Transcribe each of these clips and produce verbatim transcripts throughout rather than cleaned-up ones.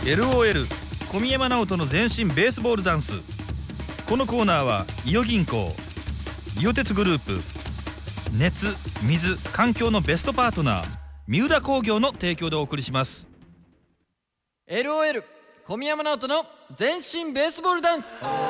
エルオーエル 小宮山直人の全身ベースボールダンス。このコーナーは伊予銀行、伊予鉄グループ、熱、水、環境のベストパートナー三浦工業の提供でお送りします。 エルオーエル 小宮山直人の全身ベースボールダンス。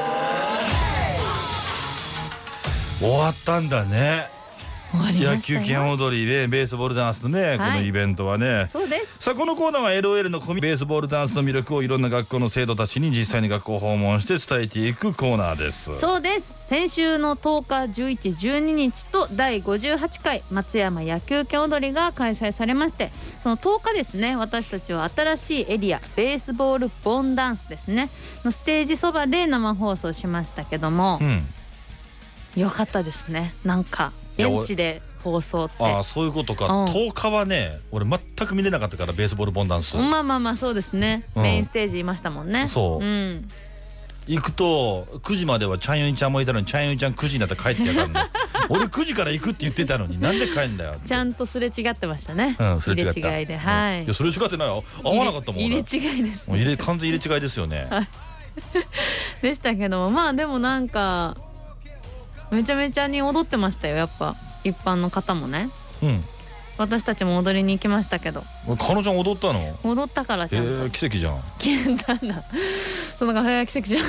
終わったんだね。野球拳踊りでベースボールダンスのね、はい、このイベントはね。 そうです。 さあこのコーナーは エルオーエル のベースボールダンスの魅力をいろんな学校の生徒たちに実際に学校を訪問して伝えていくコーナーです。 そうです。先週のとおか、じゅういち、じゅうににちとだいごじゅうはちかい松山野球拳踊りが開催されまして、そのとおかですね、私たちは新しいエリアベースボールボンダンスですねのステージそばで生放送しましたけども、うん、よかったですね。なんか現地で放送って。 ああ、そういうことか、うん、とおかはね俺全く見れなかったから、ベースボールボンダンス。 まあまあまあそうですね、うん、メインステージいましたもんね。 そう、うん、行くとくじまではチャンユンちゃんもいたのに、チャンユンちゃんくじになったら帰ってやがるの俺くじから行くって言ってたのになんで帰んだよって。 ちゃんとすれ違ってましたね、 うん、すれ違った、 入れ違いで、はい、 うん、いやすれ違ってないよ、合わなかったもん。 入れ違いです、ね、 もう入れ完全入れ違いですよねでしたけども、まあでもなんかめちゃめちゃに踊ってましたよ、やっぱ一般の方もね。うん、私たちも踊りに行きましたけど。 彼女踊ったの？ 踊ったからちゃんと。 えー、奇跡じゃん。 なんだそんな早い奇跡じゃん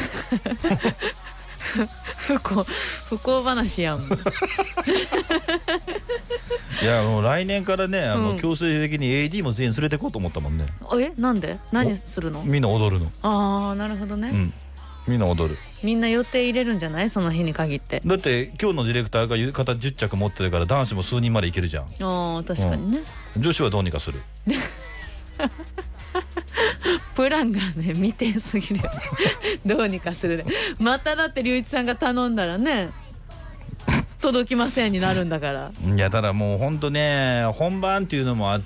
不幸不幸話やんいやもう来年からね、あの、うん、強制的に エーディー も全員連れてこうと思ったもんね。 え、なんで？何するの？ みんな踊るの。 ああ、なるほどね、うん、 みんな踊る。 みんな予定入れるんじゃない？その日に限って。 だって今日のディレクターが浴衣じゅっちゃく持ってるから、男子も数人までいけるじゃん。 ああ、確かにね、 うん、女子はどうにかするプランがね未定すぎるよどうにかするね。まただって龍一さんが頼んだらね届きませんになるんだから。 いや、ただもうほんとね、本番っていうのもあって、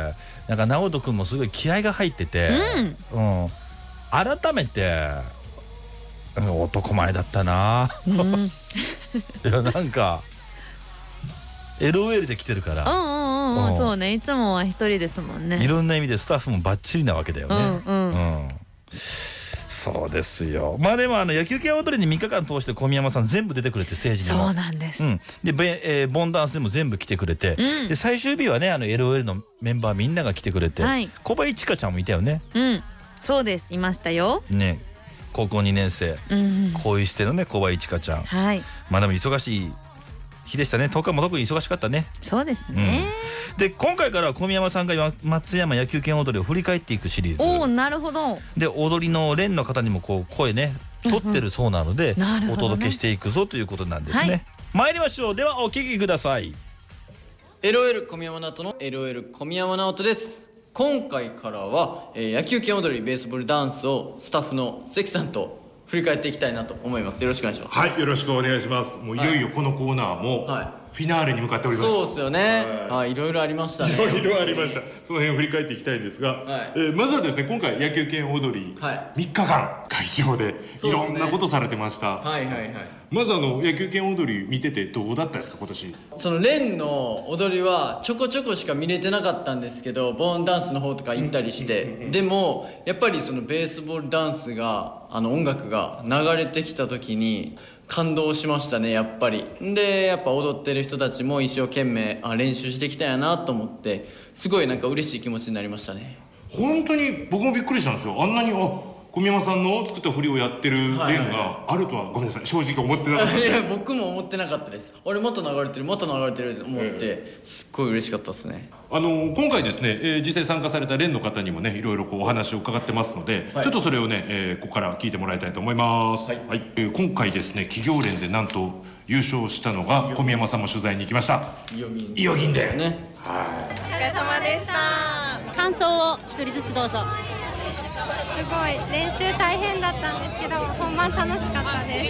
なんか直人くんもすごい気合が入ってて、うん、うん、改めて男前だったな、うん、いやなんか エルオーエル で来てるから、 うんうんうん、うん、そうね、いつもは一人ですもんね。 いろんな意味でスタッフもバッチリなわけだよね。うんうん、うん、そうですよ。まあでもあの野球拳踊りにみっかかん通して小宮山さん全部出てくれて、ステージにも。 そうなんです、うん、 で、えー、ボンダンスでも全部来てくれて、うん、で最終日はね、あの エルオーエル のメンバーみんなが来てくれて、はい、小林千佳ちゃんもいたよね。 うん、そうです、いましたよね。高校にねん生、うん、こういうしてのね小林千佳ちゃん、はい、まあでも忙しい日でしたね。とおかも特に忙しかったね。 そうですね、 うん、で今回からは小宮山さんが松山野球拳踊りを振り返っていくシリーズ。 おお、なるほど。 で踊りの連の方にもこう声ね取ってるそうなので、うんうん、お届けしていくぞということなんですね、はい、参りましょう。ではお聞きください。 エルオーエル 小宮山直人の エルオーエル 小宮山直人です。今回からは、えー、野球拳踊りベースボールダンスをスタッフの関さんと振り返っていきたいなと思います。よろしくお願いします。 はい、よろしくお願いします。もういよいよこのコーナーもフィナーレに向かっております。 そうですよね。はい、いろいろありましたね。 いろいろありました。その辺を振り返っていきたいんですが、はい、えー、まずはですね、今回野球拳踊り、はい、みっかかん会場でいろんなことされてました。はいはいはい。まずあの野球拳踊り見ててどうだったですか、今年。 その連の踊りはちょこちょこしか見れてなかったんですけど、ボーンダンスの方とか行ったりして、でもやっぱりそのベースボールダンスが、あの音楽が流れてきた時に感動しましたね、やっぱり。でやっぱ踊ってる人たちも一生懸命あ練習してきたんやなと思って、すごいなんか嬉しい気持ちになりましたね。 本当に僕もびっくりしたんですよ。あんなにあ小宮山さんの作った振りをやってる連があるとは、ごめんなさい、正直思ってなかった。 いや僕も思ってなかったです。あれまた流れてるまた流れてると思って、えー、すっごい嬉しかったですね。 あの今回ですね、えー、実際参加された連の方にもね、いろいろこうお話を伺ってますので、はい、ちょっとそれをね、えー、ここから聞いてもらいたいと思います、はいはい。えー、今回ですね、企業連でなんと優勝したのが小宮山さんも取材に行きました。 伊予銀伊予銀で、 ね、 はい、 お疲れ様でした。 感想を一人ずつどうぞ。 すごい練習大変だったんですけど、本番楽しかったです。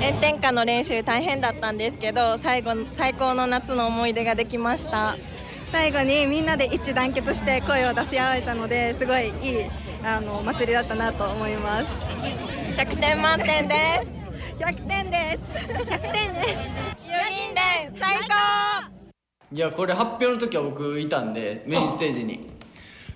炎天下の練習大変だったんですけど、最後最高の夏の思い出ができました。 最後にみんなで一致団結して声を出し合えたので、すごいいいあの祭りだったなと思います。 ひゃくてん満点です。 ひゃくてんです。ひゃくてんです。 伊予銀連最高。 いやこれ発表の時は僕いたんで、メインステージに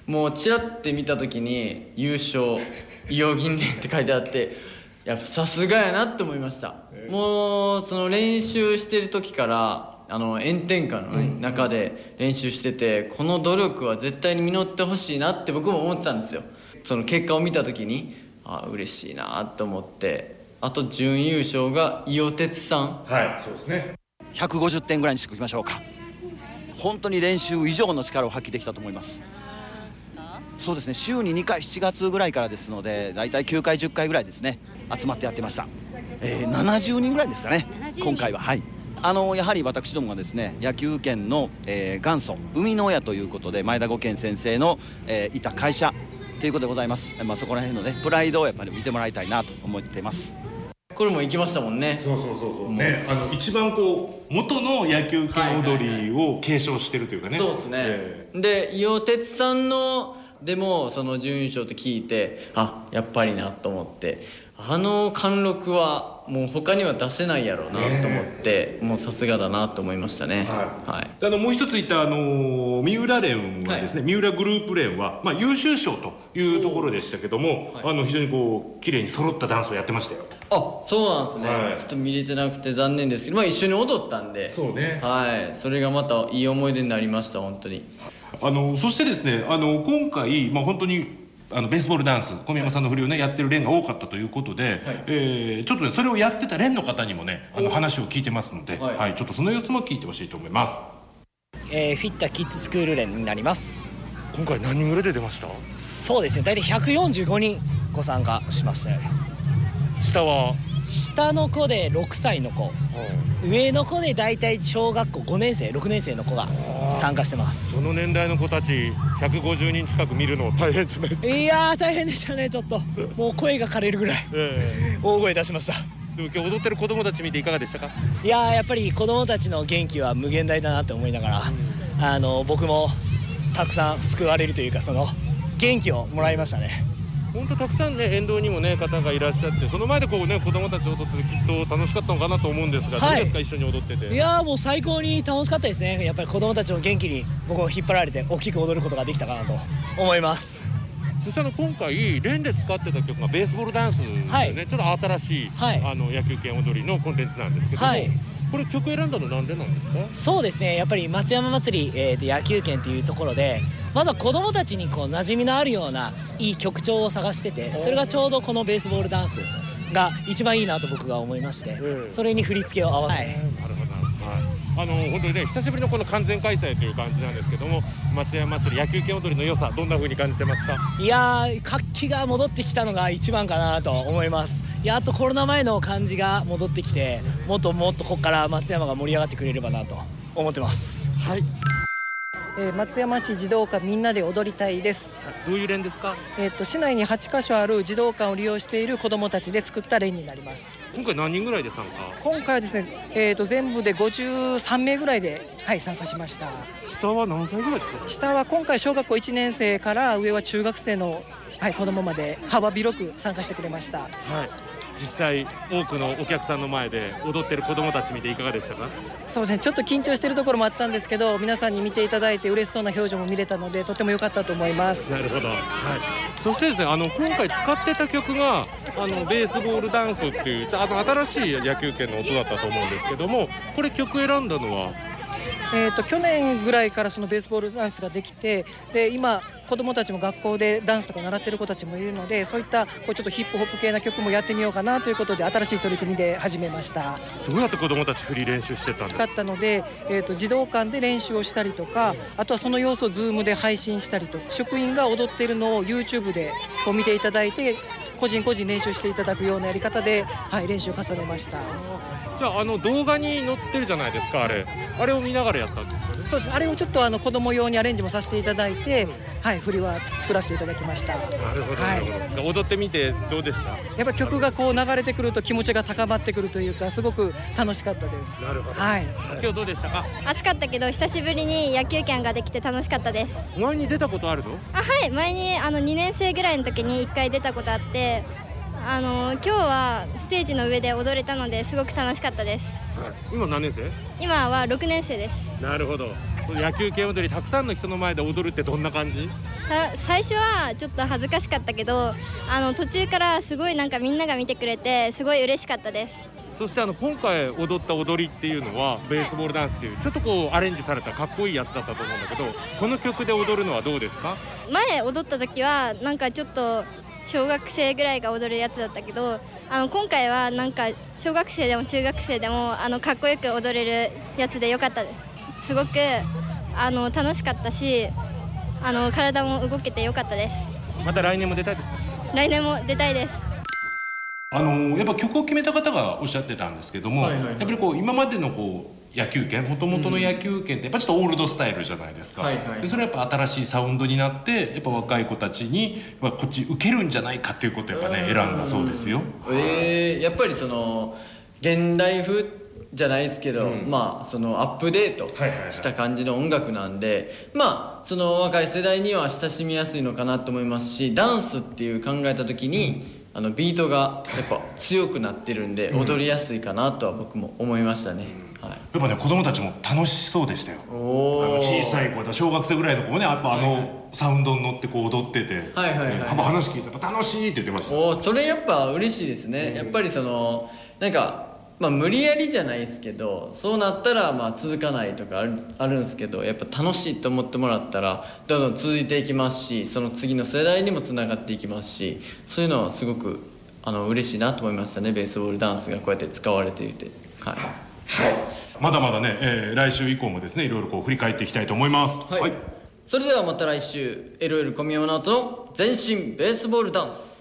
もうちらって見た時に優勝伊予銀蓮って書いてあって、やっぱさすがやなって思いました。もうその練習してる時からあの炎天下の、ね、中で練習してて、この努力は絶対に実ってほしいなって僕も思ってたんですよ。その結果を見た時にあ嬉しいなと思って、あと準優勝が伊予鉄さん。 はい、そうですね。 ひゃくごじゅってんぐらいにしておきましょうか。本当に練習以上の力を発揮できたと思います。そうですね、週ににかい、しちがつぐらいからですので、だいたいきゅうかいじゅっかいぐらいですね、集まってやってました。えー、ななじゅうにんぐらいですかね、今回は。はい、あのやはり私どもがですね、野球拳の、えー、元祖生みの親ということで、前田五健先生の、えー、いた会社ということでございます。まあ、そこら辺のねプライドをやっぱり見てもらいたいなと思っています。 これも行きましたもんね。 そうそうそうそう、ね、あの一番こう元の野球拳踊りを継承してるというかね。 そうですね、えー、で伊予鉄さんのでもその準優勝って聞いて、あやっぱりなと思って、あの貫禄はもう他には出せないやろうなと思って、もうさすがだなと思いましたね。はい、はい、 あのもう一つ言ったあの三浦連はですね、はい、三浦グループ連は、まあ、優秀賞というところでしたけども、はい、あの非常にこう綺麗に揃ったダンスをやってましたよ。 あ、そうなんですね、はい、ちょっと見れてなくて残念ですけど、まあ、一緒に踊ったんで、 そうね、 はい、それがまたいい思い出になりました。本当に。 あのそしてですね、あの今回、まあ、本当にあのベースボールダンス小宮山さんの振りをねやってる連が多かったということで、はい、えー、ちょっとねそれをやってた連の方にもねあの話を聞いてますので、はいはい、ちょっとその様子も聞いてほしいと思います。 えー、フィッタキッズスクール連になります。 今回何人ぐらいで出ました？ そうですね、大体ひゃくよんじゅうごにんご参加しましたよ。 下は下の子でろくさいの子、うん、上の子で大体小学校ごねんせいろくねんせいの子が参加してます。 その年代の子たちひゃくごじゅうにん近く見るの大変じゃないですか？ いやー大変でしたね。ちょっともう声が枯れるぐらい、えー、大声出しました。 でも今日踊ってる子供たち見ていかがでしたか？ いやーやっぱり子供たちの元気は無限大だなって思いながら、うん、あの僕もたくさん救われるというか、その元気をもらいましたね。 本当たくさんね沿道にもね方がいらっしゃって、その前でこうね子供たち踊っててきっと楽しかったのかなと思うんですが、はい、どうですか一緒に踊ってて？ いやーもう最高に楽しかったですね。やっぱり子供たちの元気に僕も引っ張られて大きく踊ることができたかなと思います。 そしてあの今回連で使ってた曲がベースボールダンスですよね、はい、ちょっと新しい、はい、あの野球拳踊りのコンテンツなんですけども、はい、これ曲選んだのなんでなんですか？ そうですね、やっぱり松山祭り、えー、と野球拳っていうところで、まずは子どもたちにこう馴染みのあるようないい曲調を探してて、それがちょうどこのベースボールダンスが一番いいなと僕が思いまして、うん、それに振り付けを合わせて、はい、なるほど、 はい、あの本当にね久しぶりのこの完全開催という感じなんですけども、松山祭り野球拳踊りの良さどんな風に感じてますか？ いやー活気が戻ってきたのが一番かなと思います。やっとコロナ前の感じが戻ってきて、もっともっとここから松山が盛り上がってくれればなと思ってます。 はい、 えー、松山市児童館みんなで踊りたいです。 どういう連ですか？ えー、と市内にはちかしょある児童館を利用している子どもたちで作った連になります。 今回何人ぐらいで参加？ 今回はですね、えー、と全部でごじゅうさんめいぐらいで、はい、参加しました。 下は何歳ぐらいですか？ 下は今回小学校いちねんせいから上は中学生の、はい、子どもまで幅広く参加してくれました。 はい、実際多くのお客さんの前で踊ってる子どもたち見ていかがでしたか？ そうですね、ちょっと緊張しているところもあったんですけど、皆さんに見ていただいて嬉しそうな表情も見れたのでとても良かったと思います。 なるほど、はい、そしてですね、あの今回使ってた曲があのベースボールダンスっていうあの新しい野球拳の音だったと思うんですけども、これ曲選んだのは？ えー、と去年ぐらいからそのベースボールダンスができて、で今子どもたちも学校でダンスとか習ってる子たちもいるので、そういったこうちょっとヒップホップ系な曲もやってみようかなということで新しい取り組みで始めました。 どうやって子どもたち振り練習してたんですか？ だったので、えー、と児童館で練習をしたりとか、あとはその様子を Zoom で配信したりとか、職員が踊っているのを YouTube でこう見ていただいて個人個人練習していただくようなやり方で、はい、練習を重ねました。 じゃあ、あの動画に載ってるじゃないですか、あれあれを見ながらやったんですかね？ そうです、あれをちょっとあの子供用にアレンジもさせていただいて、はい、振りは作らせていただきました。 なるほど、はい、踊ってみてどうでした？ やっぱり曲がこう流れてくると気持ちが高まってくるというか、すごく楽しかったです。 なるほど、 はい、 今日どうでしたか？ 暑かったけど久しぶりに野球拳ができて楽しかったです。 前に出たことあるの？ あ、はい、前にあのにねんせいぐらいの時にいっかい出たことあって、あの今日はステージの上で踊れたのですごく楽しかったです。 はい、今何年生？ 今はろくねんせいです。 なるほど。 野球拳踊りたくさんの人の前で踊るってどんな感じ？ 最初はちょっと恥ずかしかったけど、あの途中からすごいなんかみんなが見てくれてすごい嬉しかったです。 そしてあの今回踊った踊りっていうのはベースボールダンスっていうちょっとこうアレンジされたかっこいいやつだったと思うんだけど、この曲で踊るのはどうですか？ 前踊った時はなんかちょっと小学生ぐらいが踊るやつだったけど、あの今回はなんか小学生でも中学生でもあのかっこよく踊れるやつでよかったです。すごくあの楽しかったし、あの体も動けてよかったです。 また来年も出たいですか？ 来年も出たいです。 あのやっぱ曲を決めた方がおっしゃってたんですけども、はいはいはい、やっぱりこう今までのこう野球拳、もともとの野球拳ってやっぱちょっとオールドスタイルじゃないですか、はいはい、でそれはやっぱ新しいサウンドになってやっぱ若い子たちにこっち受けるんじゃないかっていうことをやっぱね選んだそうですよ。 えー、やっぱりその現代風じゃないですけど、うん、まあそのアップデートした感じの音楽なんで、はいはいはい、まあその若い世代には親しみやすいのかなと思いますし、ダンスっていう考えた時に、うん、あのビートがやっぱ強くなってるんで踊りやすいかなとは僕も思いましたね、うん、はい、 やっぱね子供たちも楽しそうでしたよ。おあの小さい子だ小学生ぐらいの子もねやっぱあのサウンドに乗ってこう踊ってて、はいはいはい、話聞いたら楽しいって言ってました。 おそれやっぱ嬉しいですね、うん、やっぱりそのなんかまあ無理やりじゃないですけど、そうなったらまあ続かないとかあるあるんですけど、やっぱ楽しいと思ってもらったらどんどん続いていきますし、その次の世代にもつながっていきますし、そういうのはすごくあの嬉しいなと思いましたね。ベースボールダンスがこうやって使われていて、はい、はい、 まだまだね、えー、来週以降もですねいろいろこう振り返っていきたいと思います。はい、はい、 それではまた来週 エルエル 小宮山直人の全身ベースボールダンス。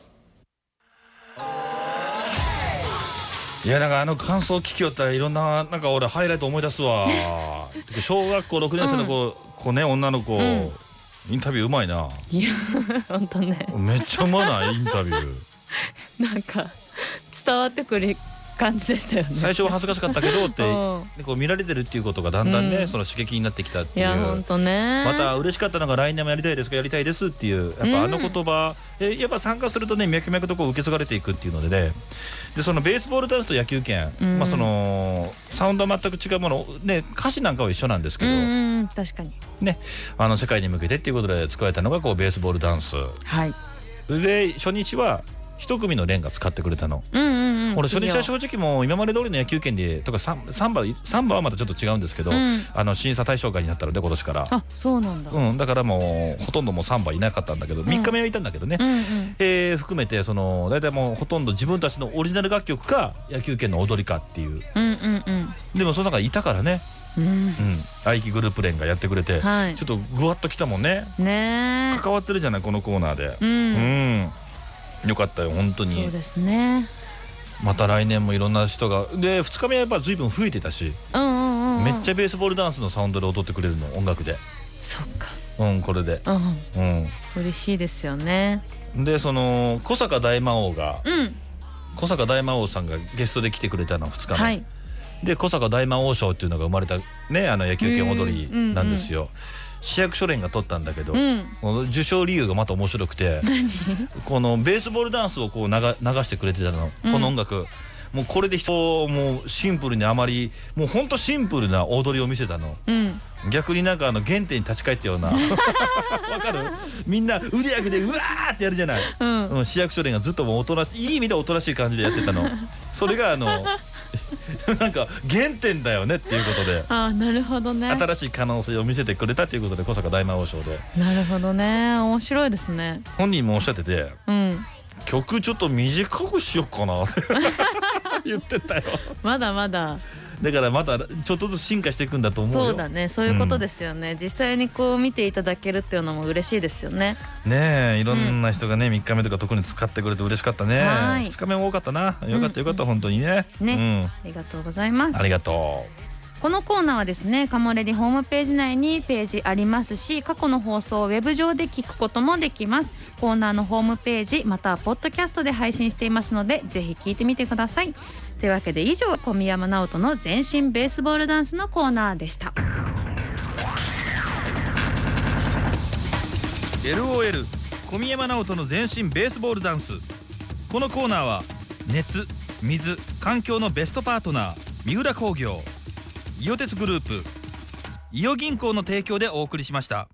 いやなんかあの感想聞きよったらいろんななんか俺ハイライト思い出すわ小学校ろくねん生の子、うん、子ね女の子、うん、インタビューうまいな。 いや本当ねめっちゃうまないインタビューなんか伝わってくる感じでしたよね。 最初は恥ずかしかったけどって、うん、でこう見られてるっていうことがだんだんね、うん、その刺激になってきたっていう。 いや本当ね。 また嬉しかったのが来年もやりたいですかやりたいですっていうやっぱあの言葉、うん、えやっぱ参加するとね脈々とこう受け継がれていくっていうのでね、でそのベースボールダンスと野球拳、うん、まあそのサウンドは全く違うものね、歌詞なんかは一緒なんですけど、うんうん、確かにねあの世界に向けてっていうことで使われたのがこうベースボールダンス。 はい。 で初日は一組の連が使ってくれたの、 うんうんうん、 俺初日は正直もう今まで通りの野球拳でとかサンバサンバはまたちょっと違うんですけど、うん、あの審査対象外になったので今年から。 あそうなんだ、 うん、だからもうほとんどもうサンバいなかったんだけど、うん、みっかめはいたんだけどね、うんうん、えー、含めてその大体もうほとんど自分たちのオリジナル楽曲か野球拳の踊りかっていう、 うんうんうん、でもその中いたからね、うんうん、愛機グループ連がやってくれて、はい、ちょっとぐわっときたもんね。 ね関わってるじゃないこのコーナーで、うん、うんよかったよ本当に。 そうですね。 また来年もいろんな人がでふつかめはやっぱ随分増えてたし、 うんうんうん、 めっちゃベースボールダンスのサウンドで踊ってくれるの音楽で。 そっか。 うんこれで、 うんうん、嬉しいですよね。 でその小坂大魔王が、うん、小坂大魔王さんがゲストで来てくれたのふつかめ、はい、で小坂大魔王賞っていうのが生まれたねあの野球拳踊りなんですよ、うんうんうん、市役所連が取ったんだけど、うん、受賞理由がまた面白くてこのベースボールダンスをこう流してくれてたの、うん、この音楽もうこれで人もうシンプルにあまりもうほんとシンプルな踊りを見せたの、うん、逆になんかあの原点に立ち返ったようなわかるみんな腕上げてうわーってやるじゃない、うんうん、市役所連がずっともうおとなしいいい意味でおとなしい感じでやってたのそれがあのなんか原点だよねっていうことで、 あなるほどね、 新しい可能性を見せてくれたということで小坂大魔王賞で。 なるほどね、面白いですね。 本人もおっしゃってて、うん、曲ちょっと短くしようかなって言ってたよ。まだまだだからまたちょっとずつ進化していくんだと思うよ。そうだね、そういうことですよね、うん、実際にこう見ていただけるっていうのも嬉しいですよね。ねえいろんな人がね、うん、みっかめとか特に使ってくれて嬉しかったね。ふつかめも多かったな。よかったよかった、うん、本当にね。ね、うん、ありがとうございます。ありがとう。このコーナーはですね、カモレディホームページ内にページありますし、過去の放送をウェブ上で聞くこともできます。コーナーのホームページまたはポッドキャストで配信していますので、ぜひ聞いてみてください。というわけで以上、小宮山直人の全身ベースボールダンスのコーナーでした。 エルオーエル 小宮山直人の全身ベースボールダンス。このコーナーは熱、水、環境のベストパートナー三浦工業、伊予鉄グループ、 伊予銀行の提供でお送りしました。